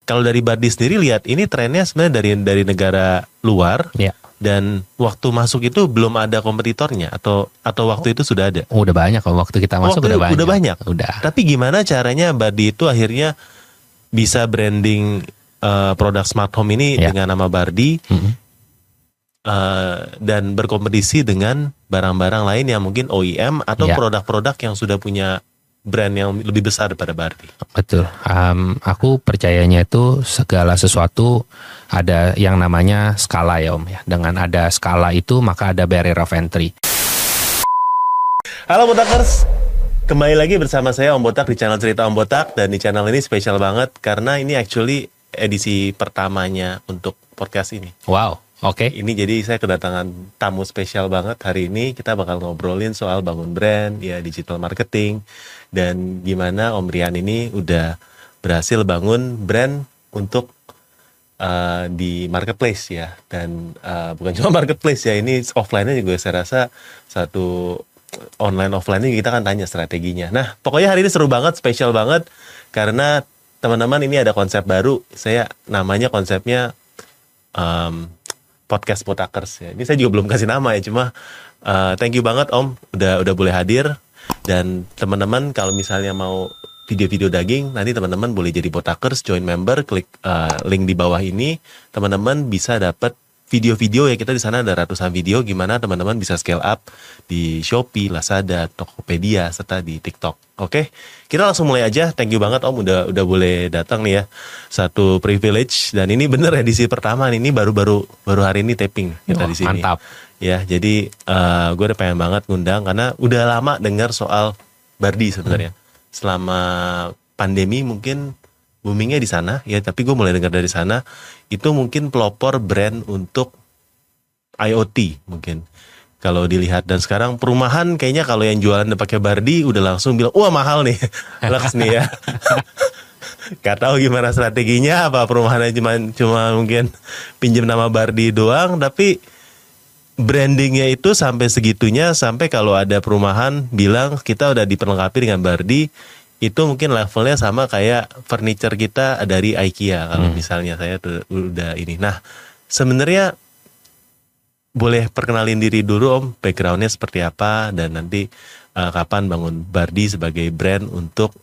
kalau dari Bardi sendiri lihat ini trennya sebenarnya dari negara luar. Ya. Dan waktu masuk itu belum ada kompetitornya atau waktu itu sudah ada? Udah banyak kalau waktu kita masuk udah banyak. Udah. Tapi gimana caranya Bardi itu akhirnya bisa branding produk smart home ini dengan nama Bardi dan berkompetisi dengan barang-barang lain yang mungkin OEM atau produk-produk yang sudah punya brand yang lebih besar daripada Bardi. Betul. Aku percayanya itu segala sesuatu ada yang namanya skala ya Om ya. Dengan ada skala itu maka ada barrier of entry. Halo Botakers, kembali lagi bersama saya Om Botak di channel Cerita Om Botak. Dan di channel ini spesial banget karena ini actually edisi pertamanya untuk podcast ini. Wow, oke. Ini jadi saya kedatangan tamu spesial banget. Hari ini kita bakal ngobrolin soal bangun brand, ya digital marketing. Dan gimana Om Rian ini udah berhasil bangun brand untuk di marketplace ya. Dan bukan cuma marketplace ya, ini offline-nya juga saya rasa satu online offline-nya kita kan tanya strateginya. Nah pokoknya hari ini seru banget, spesial banget. Karena teman-teman ini ada konsep baru. Saya namanya konsepnya podcast Botakers ya. Ini saya juga belum kasih nama ya, cuma thank you banget Om udah boleh hadir. Dan teman-teman kalau misalnya mau video-video daging, nanti teman-teman boleh jadi Botakers, join member, klik link di bawah ini. Teman-teman bisa dapat video-video ya, kita di sana ada ratusan video gimana teman-teman bisa scale up di Shopee, Lazada, Tokopedia serta di TikTok. Oke, kita langsung mulai aja. Thank you banget Om udah boleh datang nih ya. Satu privilege dan ini bener edisi pertama nih. Ini baru hari ini taping kita di sini. Mantap. Ya, jadi gue udah pengen banget ngundang karena udah lama dengar soal Bardi sebenarnya. Selama pandemi mungkin boomingnya di sana ya, tapi gue mulai dengar dari sana itu mungkin pelopor brand untuk IoT mungkin kalau dilihat. Dan sekarang perumahan kayaknya kalau yang jualan udah pakai Bardi udah langsung bilang wah mahal nih Lex nih ya. Gak tahu gimana strateginya, apa perumahannya cuma mungkin pinjam nama Bardi doang, tapi brandingnya itu sampai segitunya, sampai kalau ada perumahan bilang kita udah diperlengkapi dengan Bardi, itu mungkin levelnya sama kayak furniture kita dari IKEA kalau misalnya saya udah ini. Nah sebenarnya boleh perkenalin diri dulu Om, backgroundnya seperti apa dan nanti kapan bangun Bardi sebagai brand untuk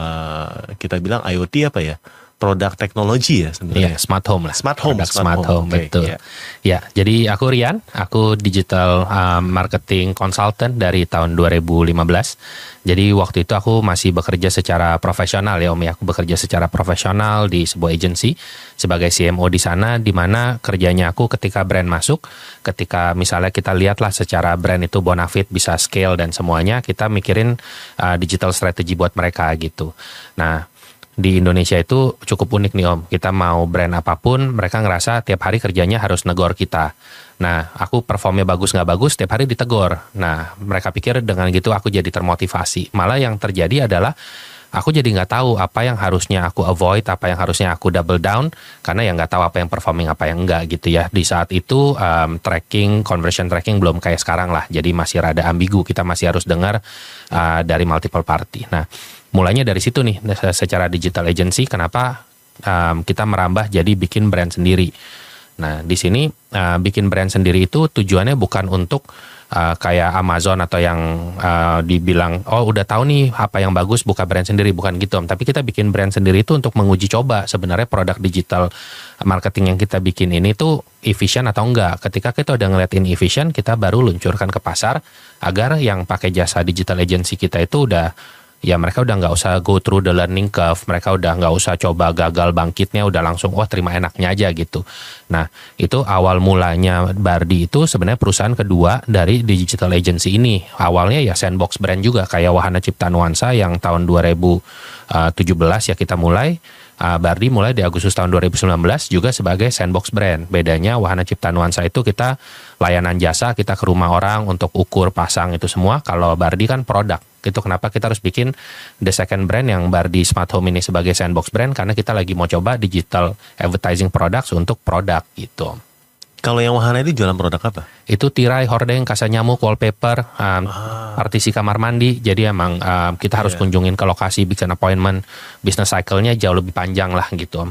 kita bilang IoT apa ya? Produk teknologi ya sebenarnya. Iya, smart home lah. Smart home, okay, betul. Yeah. Ya, jadi aku Rian, aku digital marketing consultant dari tahun 2015. Jadi waktu itu aku masih bekerja secara profesional ya Om ya. Aku bekerja secara profesional di sebuah agency sebagai CMO di sana, di mana kerjanya aku ketika brand masuk, ketika misalnya kita lihatlah secara brand itu bonafit bisa scale dan semuanya, kita mikirin digital strategy buat mereka gitu. Nah, di Indonesia itu cukup unik nih Om. Kita mau brand apapun, mereka ngerasa tiap hari kerjanya harus negor kita. Nah, aku performnya bagus nggak bagus, tiap hari ditegor. Nah, mereka pikir dengan gitu aku jadi termotivasi. Malah yang terjadi adalah aku jadi nggak tahu apa yang harusnya aku avoid, apa yang harusnya aku double down, karena ya nggak tahu apa yang performing, apa yang enggak gitu ya. Di saat itu conversion tracking belum kayak sekarang lah. Jadi masih rada ambigu, kita masih harus dengar dari multiple party. Nah, mulainya dari situ nih, secara digital agency, kenapa kita merambah jadi bikin brand sendiri. Nah, di sini bikin brand sendiri itu tujuannya bukan untuk kayak Amazon atau yang dibilang, oh udah tahu nih apa yang bagus, buka brand sendiri, bukan gitu. Tapi kita bikin brand sendiri itu untuk menguji coba sebenarnya produk digital marketing yang kita bikin ini tuh efisien atau enggak. Ketika kita udah ngeliat ini efisien, kita baru luncurkan ke pasar agar yang pakai jasa digital agency kita itu udah, ya mereka udah nggak usah go through the learning curve, mereka udah nggak usah coba gagal bangkitnya, udah langsung terima enaknya aja gitu. Nah itu awal mulanya Bardi itu sebenarnya perusahaan kedua dari digital agency ini. Awalnya ya sandbox brand juga kayak Wahana Cipta Nuansa yang tahun 2017 ya kita mulai. Bardi mulai di Agustus tahun 2019 juga sebagai sandbox brand. Bedanya Wahana Cipta Nuansa itu kita layanan jasa, kita ke rumah orang untuk ukur, pasang itu semua. Kalau Bardi kan produk. Itu kenapa kita harus bikin the second brand yang Bardi Smart Home ini sebagai sandbox brand, karena kita lagi mau coba digital advertising products untuk produk gitu. Kalau yang Wahana itu jualan produk apa? Itu tirai, hordeng, kasa nyamuk, wallpaper, partisi kamar mandi. Jadi emang kita harus kunjungin ke lokasi, bikin appointment, business cycle-nya jauh lebih panjang lah gitu Om.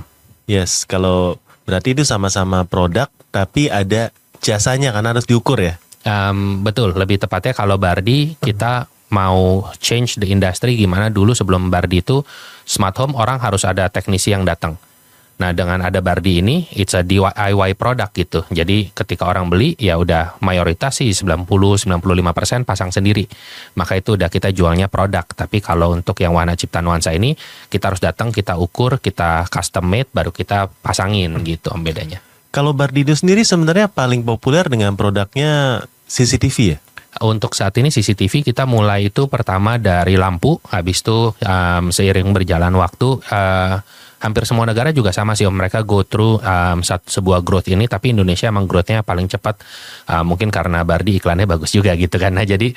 Yes, kalau berarti itu sama-sama produk tapi ada jasanya karena harus diukur ya. Betul, lebih tepatnya kalau Bardi kita mau change the industry gimana dulu sebelum Bardi itu smart home orang harus ada teknisi yang datang. Nah dengan ada Bardi ini it's a DIY product gitu. Jadi ketika orang beli ya udah mayoritas sih 90-95% pasang sendiri. Maka itu udah kita jualnya produk. Tapi kalau untuk yang warna cipta nuansa ini kita harus datang, kita ukur, kita custom made baru kita pasangin gitu bedanya. Kalau Bardi itu sendiri sebenarnya paling populer dengan produknya CCTV ya? Untuk saat ini CCTV kita mulai itu pertama dari lampu, habis itu seiring berjalan waktu hampir semua negara juga sama sih, mereka go through sebuah growth ini, tapi Indonesia emang growth-nya paling cepat, mungkin karena Bardi iklannya bagus juga gitu kan. Nah jadi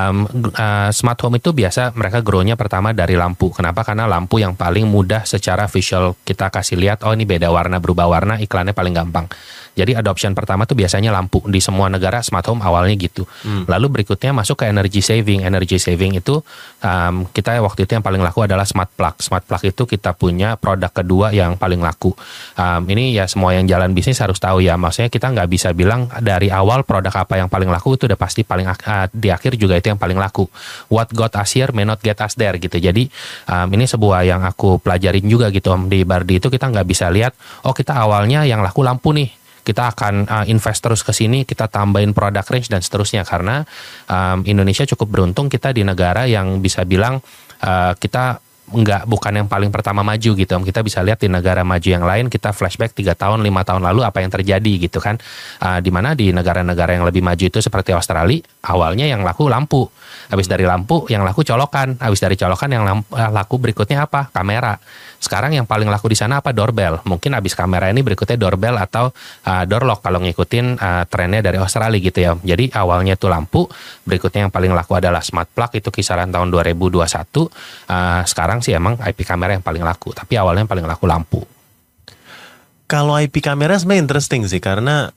smart home itu biasa mereka grow-nya pertama dari lampu. Kenapa? Karena lampu yang paling mudah secara visual kita kasih lihat, oh ini beda warna, berubah warna, iklannya paling gampang. Jadi adoption pertama tuh biasanya lampu di semua negara smart home awalnya gitu. Lalu berikutnya masuk ke energy saving. Energy saving itu kita waktu itu yang paling laku adalah smart plug. Smart plug itu kita punya produk kedua yang paling laku. Ini ya semua yang jalan bisnis harus tahu ya. Maksudnya kita nggak bisa bilang dari awal produk apa yang paling laku itu udah pasti paling di akhir juga itu yang paling laku. What got us here may not get us there gitu. Jadi ini sebuah yang aku pelajarin juga gitu Om. Di Bardi itu kita nggak bisa lihat, oh kita awalnya yang laku lampu nih, kita akan invest terus ke sini, kita tambahin product range dan seterusnya, karena Indonesia cukup beruntung kita di negara yang bisa bilang kita bukan yang paling pertama maju gitu. Kita bisa lihat di negara maju yang lain, kita flashback 3 tahun, 5 tahun lalu apa yang terjadi gitu kan. Dimana di negara-negara yang lebih maju itu seperti Australia, awalnya yang laku lampu. Habis dari lampu yang laku colokan. Habis dari colokan yang laku berikutnya apa? Kamera. Sekarang yang paling laku di sana apa? Doorbell. Mungkin habis kamera ini berikutnya doorbell atau door lock kalau ngikutin trennya dari Australia gitu ya. Jadi awalnya itu lampu, berikutnya yang paling laku adalah smart plug, itu kisaran tahun 2021. Sekarang sih emang IP kamera yang paling laku, tapi awalnya yang paling laku lampu. Kalau IP kamera sebenarnya interesting sih, karena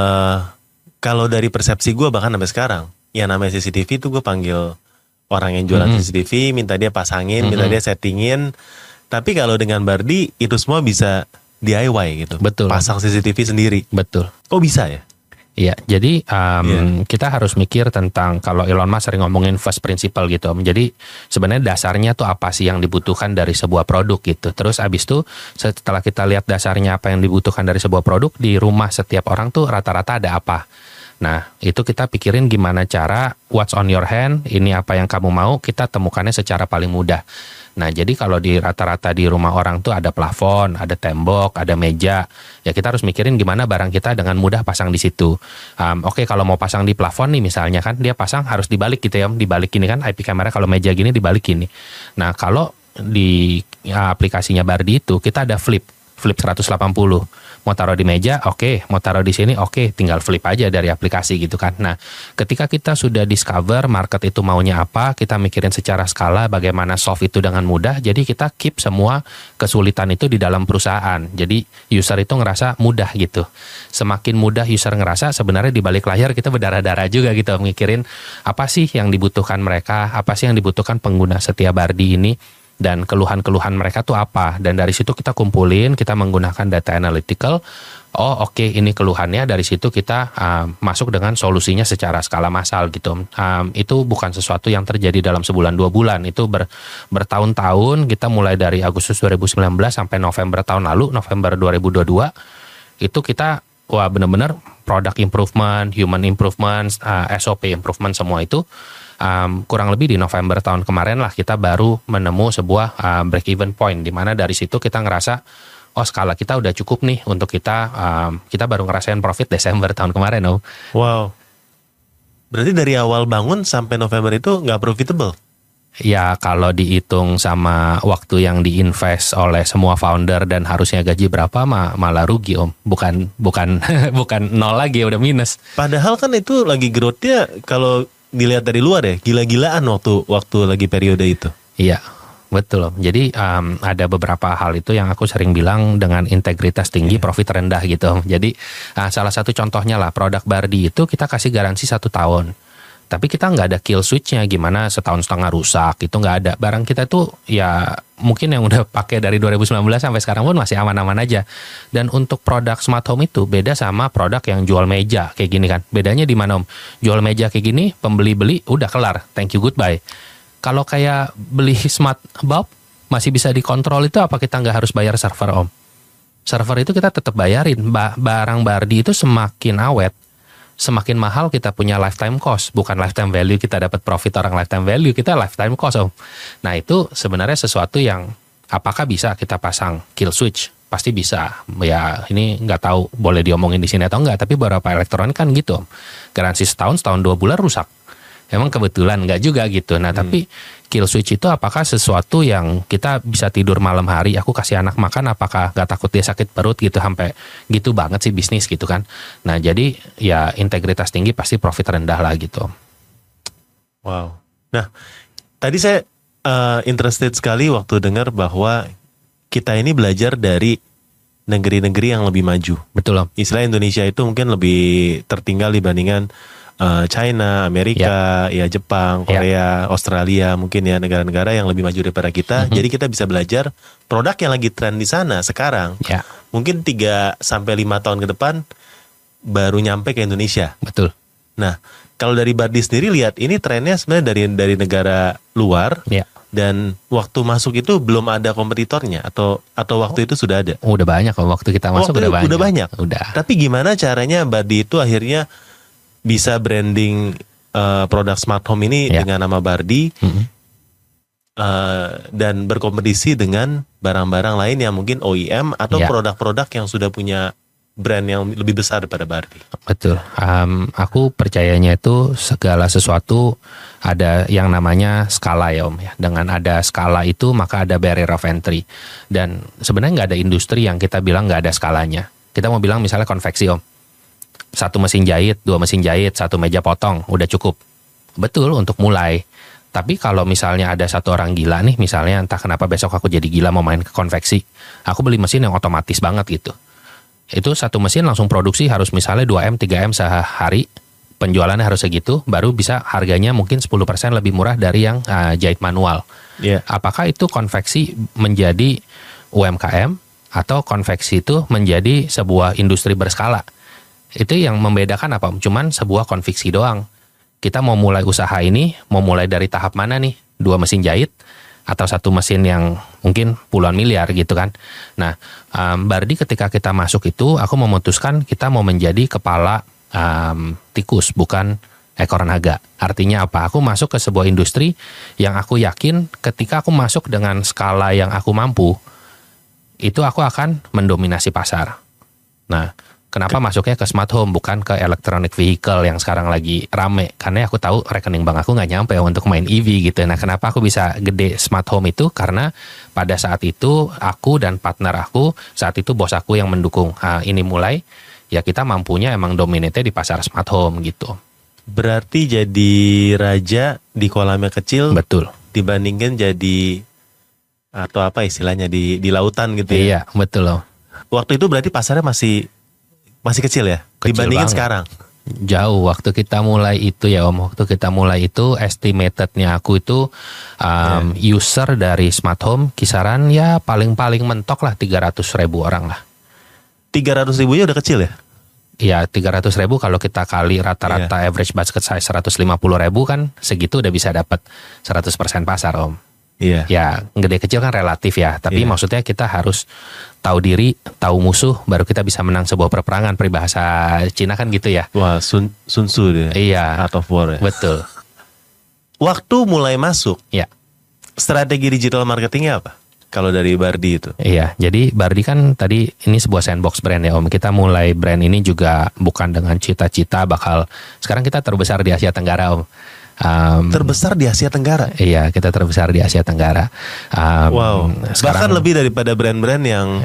kalau dari persepsi gue bahkan sampai sekarang, yang namanya CCTV itu gue panggil orang yang jualan CCTV, minta dia pasangin, minta dia settingin. Tapi kalau dengan Bardi itu semua bisa DIY gitu. Betul. Pasang CCTV sendiri. Betul. Oh bisa ya? Iya, jadi kita harus mikir tentang, kalau Elon Musk sering ngomongin first principle gitu Om. Jadi sebenarnya dasarnya tuh apa sih yang dibutuhkan dari sebuah produk gitu. Terus abis itu setelah kita lihat dasarnya apa yang dibutuhkan dari sebuah produk, di rumah setiap orang tuh rata-rata ada apa. Nah itu kita pikirin gimana cara what's on your hand, ini apa yang kamu mau, kita temukannya secara paling mudah. Nah jadi kalau di rata-rata di rumah orang tuh ada plafon, ada tembok, ada meja, ya kita harus mikirin gimana barang kita dengan mudah pasang di situ. Oke, kalau mau pasang di plafon nih misalnya kan, dia pasang harus dibalik gitu ya, dibalik gini kan IP kamera, kalau meja gini dibalik gini. Nah kalau di aplikasinya Bardi itu kita ada flip 180. Mau taruh di meja, oke. Mau taruh di sini, oke. Tinggal flip aja dari aplikasi gitu kan. Nah, ketika kita sudah discover market itu maunya apa, kita mikirin secara skala bagaimana solve itu dengan mudah. Jadi kita keep semua kesulitan itu di dalam perusahaan. Jadi user itu ngerasa mudah gitu. Semakin mudah user ngerasa, sebenarnya di balik layar kita berdarah-darah juga gitu. Mikirin apa sih yang dibutuhkan mereka, apa sih yang dibutuhkan pengguna setia Bardi ini, dan keluhan-keluhan mereka tuh apa. Dan dari situ kita kumpulin, kita menggunakan data analytical. Oh oke, ini keluhannya, dari situ kita masuk dengan solusinya secara skala massal gitu. Itu bukan sesuatu yang terjadi dalam sebulan 2 bulan, itu bertahun-tahun. Kita mulai dari Agustus 2019 sampai November tahun lalu, November 2022, itu kita wah benar-benar product improvement, human improvement, SOP improvement, semua itu kurang lebih di November tahun kemarin lah kita baru menemu sebuah break even point, di mana dari situ kita ngerasa oh skala kita udah cukup nih untuk kita baru ngerasain profit Desember tahun kemarin. Wow, berarti dari awal bangun sampai November itu nggak profitable? Ya kalau dihitung sama waktu yang diinvest oleh semua founder dan harusnya gaji berapa, malah rugi Om. Bukan nol lagi, udah minus. Padahal kan itu lagi growth-nya kalau dilihat dari luar ya, gila-gilaan waktu lagi periode itu. Iya, betul Om. Jadi ada beberapa hal itu yang aku sering bilang dengan integritas tinggi, profit rendah gitu Om. Jadi salah satu contohnya lah produk Bardi itu kita kasih garansi 1 tahun. Tapi kita nggak ada kill switch-nya, gimana setahun setengah rusak, itu nggak ada. Barang kita tuh ya mungkin yang udah pakai dari 2019 sampai sekarang pun masih aman-aman aja. Dan untuk produk smart home itu beda sama produk yang jual meja kayak gini kan. Bedanya di mana Om? Jual meja kayak gini, pembeli beli udah kelar, thank you goodbye. Kalau kayak beli smart bulb masih bisa dikontrol, itu apa kita nggak harus bayar server Om? Server itu kita tetap bayarin. Barang Bardi itu semakin awet, semakin mahal kita punya lifetime cost. Bukan lifetime value, kita dapat profit orang lifetime value, kita lifetime cost Om. Nah itu sebenarnya sesuatu yang apakah bisa kita pasang kill switch? Pasti bisa. Ya ini nggak tahu boleh diomongin di sini atau enggak, tapi beberapa elektronik kan gitu Om. Garansi setahun 2 bulan rusak. Emang kebetulan nggak juga gitu. Nah tapi kill switch itu apakah sesuatu yang kita bisa tidur malam hari, aku kasih anak makan, apakah nggak takut dia sakit perut gitu, sampai gitu banget sih bisnis gitu kan. Nah jadi ya integritas tinggi pasti profit rendah lah gitu. Wow. Nah tadi saya interested sekali waktu dengar bahwa kita ini belajar dari negeri-negeri yang lebih maju. Betul Om. Istilah Indonesia itu mungkin lebih tertinggal dibandingkan China, Amerika, ya Jepang, Korea, Australia, mungkin ya negara-negara yang lebih maju daripada kita. Jadi kita bisa belajar produk yang lagi tren di sana sekarang. Mungkin 3-5 tahun ke depan baru nyampe ke Indonesia. Betul. Nah, kalau dari Bardi sendiri lihat ini trennya sebenarnya dari negara luar. Dan waktu masuk itu belum ada kompetitornya atau waktu itu sudah ada? Udah banyak kok, waktu kita masuk udah banyak. Udah. Tapi gimana caranya Bardi itu akhirnya bisa branding produk smart home ini dengan nama Bardi dan berkompetisi dengan barang-barang lain yang mungkin OEM atau produk-produk yang sudah punya brand yang lebih besar daripada Bardi. Betul. Aku percayanya itu segala sesuatu ada yang namanya skala ya Om ya. Dengan ada skala itu maka ada barrier of entry. Dan sebenarnya nggak ada industri yang kita bilang nggak ada skalanya. Kita mau bilang misalnya konveksi Om. 1 mesin jahit, 2 mesin jahit, 1 meja potong, udah cukup. Betul untuk mulai. Tapi kalau misalnya ada satu orang gila nih, misalnya entah kenapa besok aku jadi gila mau main ke konveksi, aku beli mesin yang otomatis banget gitu. Itu 1 mesin langsung produksi harus misalnya 2M, 3M sehari, penjualannya harus segitu, baru bisa harganya mungkin 10% lebih murah dari yang jahit manual. Apakah itu konveksi menjadi UMKM atau konveksi itu menjadi sebuah industri berskala? Itu yang membedakan apa? Cuman sebuah konveksi doang. Kita mau mulai usaha ini, mau mulai dari tahap mana nih? 2 mesin jahit atau 1 mesin yang mungkin puluhan miliar gitu kan. Nah, Bardi ketika kita masuk itu, aku memutuskan kita mau menjadi kepala tikus, bukan ekor naga. Artinya apa? Aku masuk ke sebuah industri yang aku yakin ketika aku masuk dengan skala yang aku mampu, itu aku akan mendominasi pasar. Nah, kenapa masuknya ke smart home bukan ke electronic vehicle yang sekarang lagi rame? Karena aku tahu rekening bank aku nggak nyampe untuk main EV gitu. Nah kenapa aku bisa gede smart home itu? Karena pada saat itu aku dan partner aku, saat itu bos aku yang mendukung ini mulai, ya kita mampunya emang dominate di pasar smart home gitu. Berarti jadi raja di kolamnya kecil. Betul. Dibandingkan jadi atau apa istilahnya di lautan gitu ya? Iya betul loh. Waktu itu berarti pasarnya masih kecil ya? Kecil dibandingin banget. Sekarang? Jauh. Waktu kita mulai itu ya Om, waktu kita mulai itu estimatednya aku itu user dari smart home kisaran ya paling-paling mentok lah 300.000 orang lah. 300.000 nya udah kecil ya? Ya 300.000 kalau kita kali rata-rata average basket size 150.000 kan segitu udah bisa dapat 100% pasar Om. Iya. Ya gede kecil kan relatif ya, tapi maksudnya kita harus tahu diri, tahu musuh, baru kita bisa menang sebuah perperangan. Peribahasa Cina kan gitu ya. Wah, Sun Tzu deh. Iya. Art of War ya. Betul. Waktu mulai masuk, strategi digital marketingnya apa? Kalau dari Bardi itu? Iya, jadi Bardi kan tadi ini sebuah sandbox brand ya Om. Kita mulai brand ini juga bukan dengan cita-cita bakal, sekarang kita terbesar di Asia Tenggara Om. Terbesar di Asia Tenggara? Iya, kita terbesar di Asia Tenggara. Wow, bahkan lebih daripada brand-brand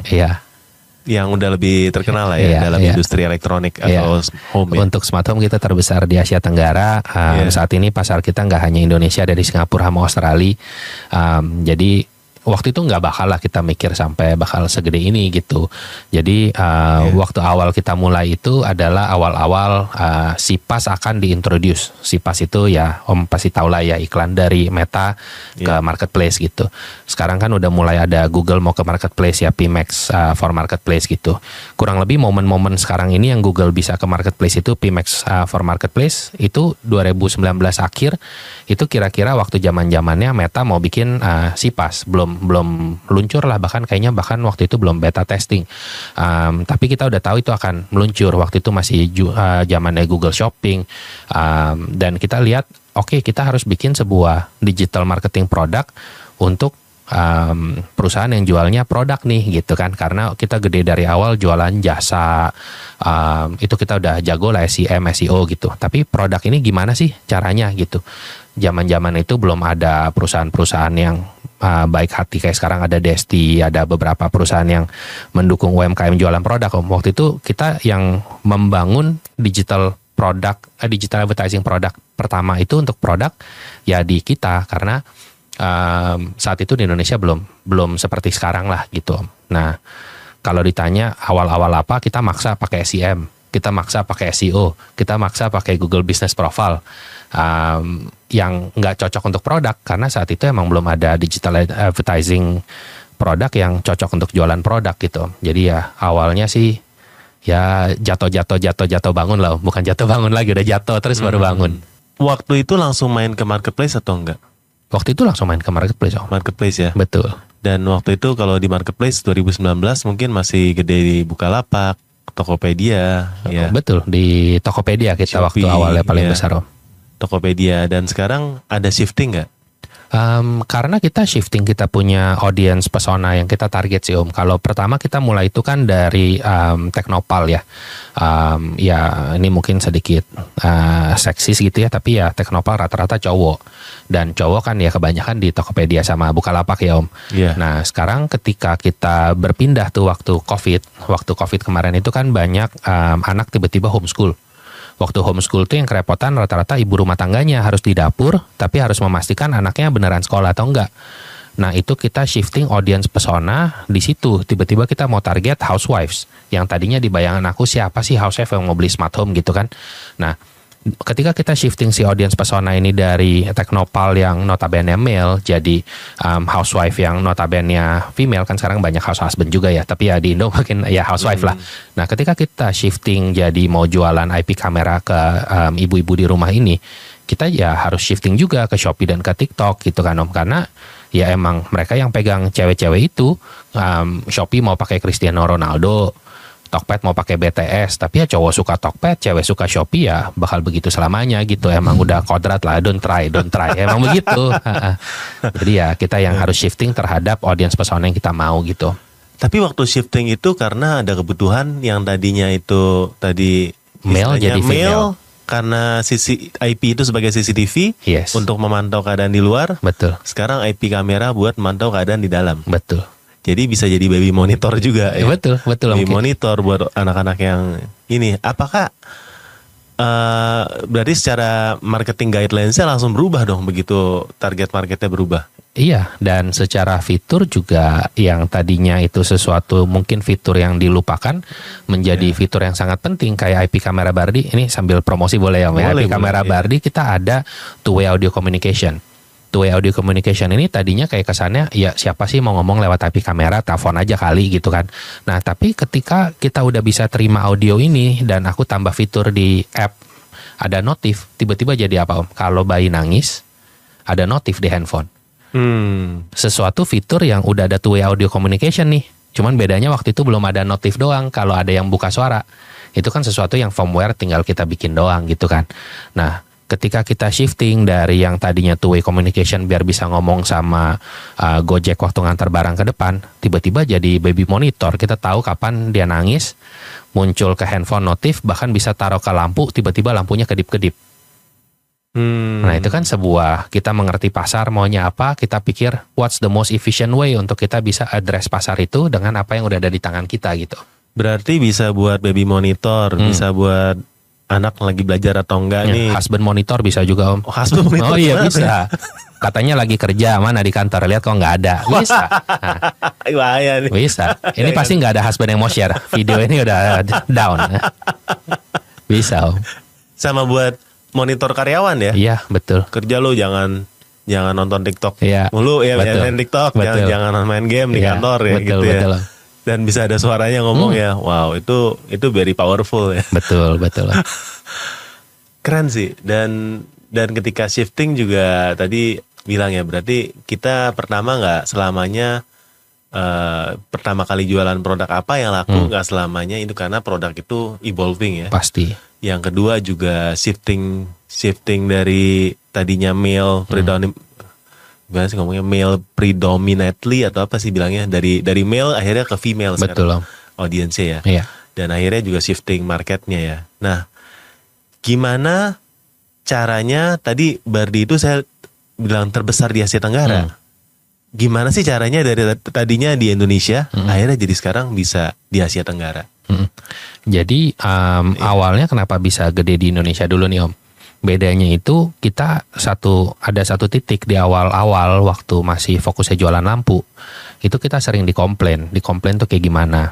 yang udah lebih terkenal lah ya dalam industri elektronik atau home ya. Untuk smart home kita terbesar di Asia Tenggara. Saat ini pasar kita nggak hanya Indonesia, dari Singapura sama Australia. Jadi waktu itu nggak bakal lah kita mikir sampai bakal segede ini gitu. Jadi waktu awal kita mulai itu adalah awal-awal CPaaS akan diintroduce. CPaaS itu ya Om pasti tahu lah ya, iklan dari Meta ke marketplace gitu. Sekarang kan udah mulai ada Google mau ke marketplace ya, PMax for marketplace gitu. Kurang lebih momen-momen sekarang ini yang Google bisa ke marketplace itu PMax for marketplace itu 2019 akhir, itu kira-kira waktu zaman-zamannya Meta mau bikin CPaaS, belum meluncur lah, bahkan waktu itu belum beta testing. Tapi kita udah tahu itu akan meluncur. Waktu itu masih zamannya Google Shopping, dan kita lihat oke, kita harus bikin sebuah digital marketing produk untuk perusahaan yang jualnya produk nih gitu kan, karena kita gede dari awal jualan jasa, itu kita udah jago lah SEM, SEO gitu. Tapi produk ini gimana sih caranya gitu. Zaman-zaman itu belum ada perusahaan-perusahaan yang baik hati kayak sekarang, ada Desti, ada beberapa perusahaan yang mendukung UMKM jualan produk. Waktu itu kita yang membangun digital advertising produk pertama itu untuk produk ya di kita, karena saat itu di Indonesia belum seperti sekarang lah gitu. Nah, kalau ditanya awal-awal apa, kita maksa pakai SEM, kita maksa pakai SEO, kita maksa pakai Google Business Profile, yang nggak cocok untuk produk karena saat itu emang belum ada digital advertising produk yang cocok untuk jualan produk gitu. Jadi ya awalnya sih ya jatuh bangun lah, bukan jatuh bangun lagi, udah jatuh terus baru bangun. Waktu itu langsung main ke marketplace atau enggak? Waktu itu langsung main ke marketplace. Marketplace ya? Betul. Dan waktu itu kalau di marketplace 2019 mungkin masih gede di Bukalapak, Tokopedia. Ya. Betul, di Tokopedia kita Shopee, waktu awalnya paling besar Om. Tokopedia, dan sekarang ada shifting nggak? Karena kita shifting, kita punya audience persona yang kita target sih Om. Kalau pertama kita mulai itu kan dari Teknopal ya. Ya ini mungkin sedikit seksis gitu ya, tapi ya Teknopal rata-rata cowok. Dan cowok kan ya kebanyakan di Tokopedia sama Bukalapak ya Om. Yeah. Nah sekarang ketika kita berpindah tuh waktu COVID kemarin itu kan banyak anak tiba-tiba homeschool. Waktu homeschool tuh yang kerepotan rata-rata ibu rumah tangganya harus di dapur, tapi harus memastikan anaknya beneran sekolah atau enggak. Nah itu kita shifting audience persona di situ. Tiba-tiba kita mau target housewives, yang tadinya di bayangan aku siapa sih housewife yang mau beli smart home gitu kan. Nah ketika kita shifting si audience persona ini dari Teknopal yang notabene male jadi housewife yang notabene female, kan sekarang banyak house husband juga ya, tapi ya di Indo mungkin ya housewife lah. Nah ketika kita shifting jadi mau jualan IP kamera ke ibu-ibu di rumah ini, kita ya harus shifting juga ke Shopee dan ke TikTok gitu kan Om, karena ya emang mereka yang pegang cewek-cewek itu, Shopee mau pakai Cristiano Ronaldo, Tokped mau pakai BTS, tapi ya cowok suka Tokped, cewek suka Shopee, ya bakal begitu selamanya gitu. Emang udah kodrat lah, don't try, emang begitu. Jadi ya kita yang harus shifting terhadap audience persona yang kita mau gitu. Tapi waktu shifting itu karena ada kebutuhan yang tadinya itu tadi male jadi female. Karena sisi IP itu sebagai CCTV untuk memantau keadaan di luar. Betul. Sekarang IP kamera buat memantau keadaan di dalam. Betul. Jadi bisa jadi baby monitor juga ya. Betul. Baby monitor buat anak-anak yang ini. Apakah berarti secara marketing guidelines-nya langsung berubah dong begitu target marketnya berubah? Iya, dan secara fitur juga yang tadinya itu sesuatu mungkin fitur yang dilupakan menjadi fitur yang sangat penting, kayak IP kamera Bardi. Ini sambil promosi boleh ya? IP kamera Bardi kita ada two-way audio communication. Two-way audio communication ini tadinya kayak kesannya ya siapa sih mau ngomong lewat IP kamera, telepon aja kali gitu kan. Nah tapi ketika kita udah bisa terima audio ini dan aku tambah fitur di app ada notif, tiba-tiba jadi apa Om? Kalau bayi nangis ada notif di handphone. Sesuatu fitur yang udah ada two-way audio communication nih. Cuman bedanya waktu itu belum ada notif doang. Kalau ada yang buka suara, itu kan sesuatu yang firmware tinggal kita bikin doang gitu kan. Nah ketika kita shifting dari yang tadinya two-way communication biar bisa ngomong sama Gojek waktu ngantar barang ke depan, tiba-tiba jadi baby monitor. Kita tahu kapan dia nangis, muncul ke handphone notif, bahkan bisa taruh ke lampu, tiba-tiba lampunya kedip-kedip. Nah itu kan sebuah, kita mengerti pasar maunya apa, kita pikir what's the most efficient way untuk kita bisa address pasar itu dengan apa yang udah ada di tangan kita gitu. Berarti bisa buat baby monitor, bisa buat anak lagi belajar atau enggak nih. Husband monitor bisa juga Om. Oh, husband monitor. Oh iya bisa. Katanya lagi kerja, mana di kantor, lihat kok nggak ada. Bisa. Nah, Bahaya nih. bisa. Ini pasti nggak ada husband yang mau share. Video ini udah down. Bisa, Om. Sama buat monitor karyawan ya. Iya, betul. Kerja lo jangan nonton TikTok Iya, mulu ya, betul. main TikTok, Betul. jangan main game di Iya, kantor ya, betul, gitu ya. betul. Dan bisa ada suaranya ngomong ya, wow itu very powerful ya. Betul. Keren sih. Dan ketika shifting juga tadi bilang ya, berarti kita pertama nggak selamanya pertama kali jualan produk apa yang laku, nggak selamanya itu karena produk itu evolving ya. Pasti. Yang kedua juga shifting dari tadinya male gimana sih ngomongnya, male predominantly atau apa sih bilangnya, dari male akhirnya ke female. Betul, Om. Audiensnya ya. Iya. Dan akhirnya juga shifting marketnya ya. Nah, gimana caranya, tadi Bardi itu saya bilang terbesar di Asia Tenggara. Gimana sih caranya dari tadinya di Indonesia akhirnya jadi sekarang bisa di Asia Tenggara? Jadi awalnya kenapa bisa gede di Indonesia dulu nih Om? Bedanya itu kita ada satu titik di awal-awal waktu masih fokusnya jualan lampu. Itu kita sering dikomplain tuh kayak gimana?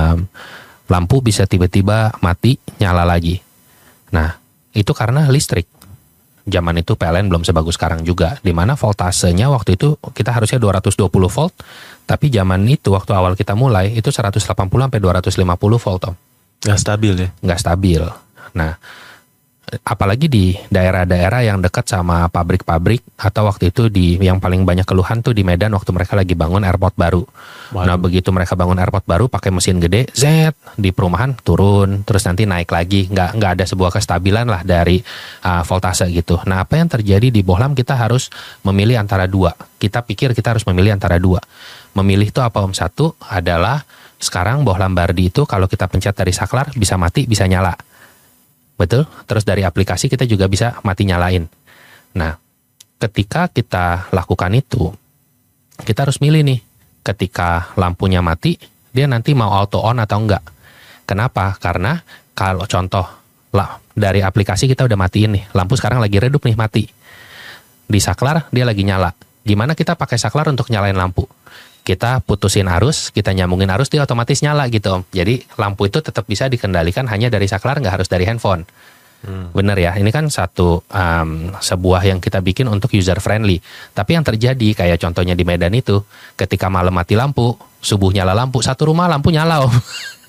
Lampu bisa tiba-tiba mati, nyala lagi. Nah, itu karena listrik. Zaman itu PLN belum sebagus sekarang juga, di mana voltasenya waktu itu kita harusnya 220 volt, tapi zaman itu waktu awal kita mulai itu 180 sampai 250 volt Om. Nggak stabil ya? Nggak stabil. Nah, apalagi di daerah-daerah yang dekat sama pabrik-pabrik, atau waktu itu yang paling banyak keluhan tuh di Medan waktu mereka lagi bangun airport baru. Waduh. Nah, begitu mereka bangun airport baru pakai mesin gede, di perumahan turun, terus nanti naik lagi, nggak ada sebuah kestabilan lah dari voltase gitu. Nah, apa yang terjadi di Bohlam, kita harus memilih antara dua. Kita pikir kita harus memilih antara dua. Memilih itu apa Om? Satu adalah sekarang Bohlam Bardi itu kalau kita pencet dari saklar bisa mati, bisa nyala. Betul? Terus dari aplikasi kita juga bisa mati nyalain. Nah, ketika kita lakukan itu, kita harus milih nih. Ketika lampunya mati, dia nanti mau auto on atau enggak. Kenapa? Karena kalau contoh dari aplikasi kita udah matiin nih, lampu sekarang lagi redup nih, mati. Di saklar dia lagi nyala. Gimana kita pakai saklar untuk nyalain lampu? Kita putusin arus, kita nyambungin arus, dia otomatis nyala gitu Om. Jadi lampu itu tetap bisa dikendalikan hanya dari saklar, nggak harus dari handphone. Bener ya, ini kan sebuah yang kita bikin untuk user friendly. Tapi yang terjadi kayak contohnya di Medan itu, ketika malam mati lampu, subuh nyala lampu, satu rumah lampu nyala Om.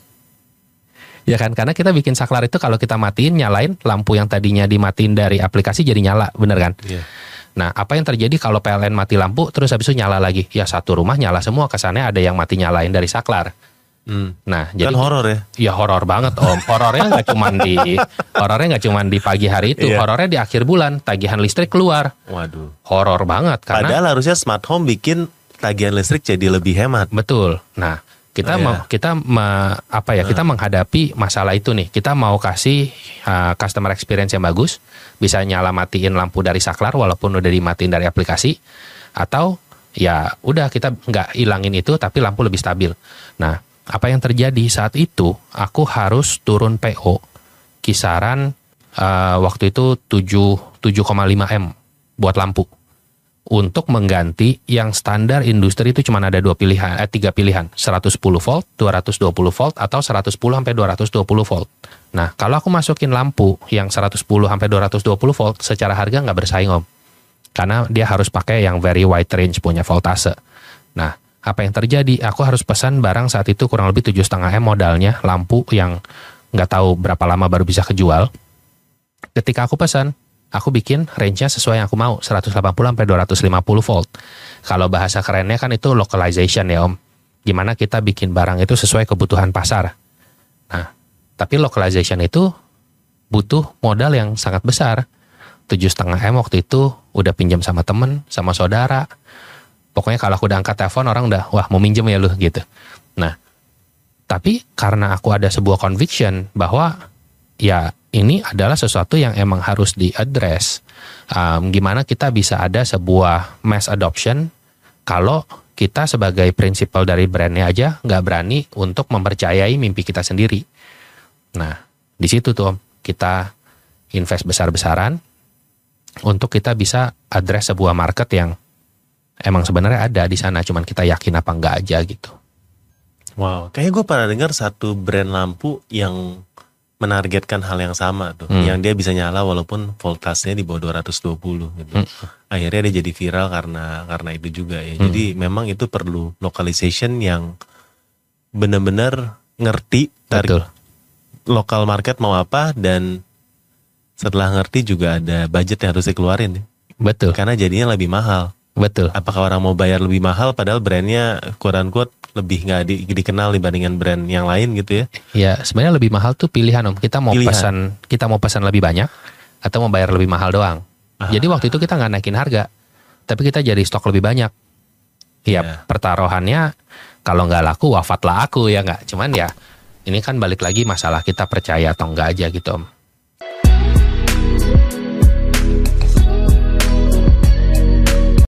Ya kan, karena kita bikin saklar itu kalau kita matiin, nyalain, lampu yang tadinya dimatiin dari aplikasi jadi nyala, bener kan? Iya. Nah, apa yang terjadi kalau PLN mati lampu terus habis itu nyala lagi? Ya satu rumah nyala semua, kesannya ada yang mati nyalain dari saklar. Nah, jadi Kan horor ya? Ya horor banget Om. Horornya nggak cuma di pagi hari itu, Iya. horornya di akhir bulan, tagihan listrik keluar. Waduh. Horor banget karena Padahal harusnya smart home bikin tagihan listrik jadi lebih hemat. betul. Nah, kita kita menghadapi masalah itu nih. Kita mau kasih customer experience yang bagus, bisa nyala matiin lampu dari saklar walaupun udah dimatiin dari aplikasi, atau ya udah kita nggak hilangin itu tapi lampu lebih stabil. Nah, apa yang terjadi saat itu, aku harus turun PO kisaran waktu itu 7,5 M buat lampu. Untuk mengganti yang standar industri itu cuma ada 3 pilihan, 110 volt, 220 volt, atau 110 sampai 220 volt. Nah, kalau aku masukin lampu yang 110 sampai 220 volt, secara harga nggak bersaing Om. Karena dia harus pakai yang very wide range punya voltase. Nah, apa yang terjadi? Aku harus pesan barang saat itu kurang lebih 7,5 M modalnya, lampu yang nggak tahu berapa lama baru bisa kejual. Ketika aku pesan, aku bikin range-nya sesuai yang aku mau, 180 sampai 250 volt. Kalau bahasa kerennya kan itu localization ya Om. Gimana kita bikin barang itu sesuai kebutuhan pasar. Nah, tapi localization itu butuh modal yang sangat besar. 7,5 M waktu itu udah pinjam sama temen, sama saudara. Pokoknya kalau aku udah angkat telepon, orang udah, wah mau minjem ya lu gitu. Nah, tapi karena aku ada sebuah conviction bahwa ya ini adalah sesuatu yang emang harus di-address. Gimana kita bisa ada sebuah mass adoption kalau kita sebagai prinsipal dari brandnya aja nggak berani untuk mempercayai mimpi kita sendiri. Nah, di situ tuh Om, kita invest besar-besaran. untuk kita bisa address sebuah market yang emang sebenarnya ada di sana, cuman kita yakin apa enggak aja gitu. Wow, kayaknya gue pernah dengar satu brand lampu yang menargetkan hal yang sama tuh, yang dia bisa nyala walaupun voltasenya di bawah 220 gitu. Akhirnya dia jadi viral karena itu juga ya. Jadi memang itu perlu localization yang benar-benar ngerti Betul. lokal market mau apa, dan setelah ngerti juga ada budget yang harus dikeluarin ya. Betul. Karena jadinya lebih mahal. Betul. Apakah orang mau bayar lebih mahal padahal brandnya quote-unquote lebih nggak dikenal dibandingkan brand yang lain gitu ya? Ya sebenarnya lebih mahal tuh pilihan Om. Kita mau Pilihan. pesan lebih banyak atau mau bayar lebih mahal doang. Jadi waktu itu kita nggak naikin harga, tapi kita jadi stok lebih banyak. Ya pertaruhannya kalau nggak laku wafatlah aku ya nggak. Cuman ya ini kan balik lagi masalah kita percaya atau enggak aja gitu Om.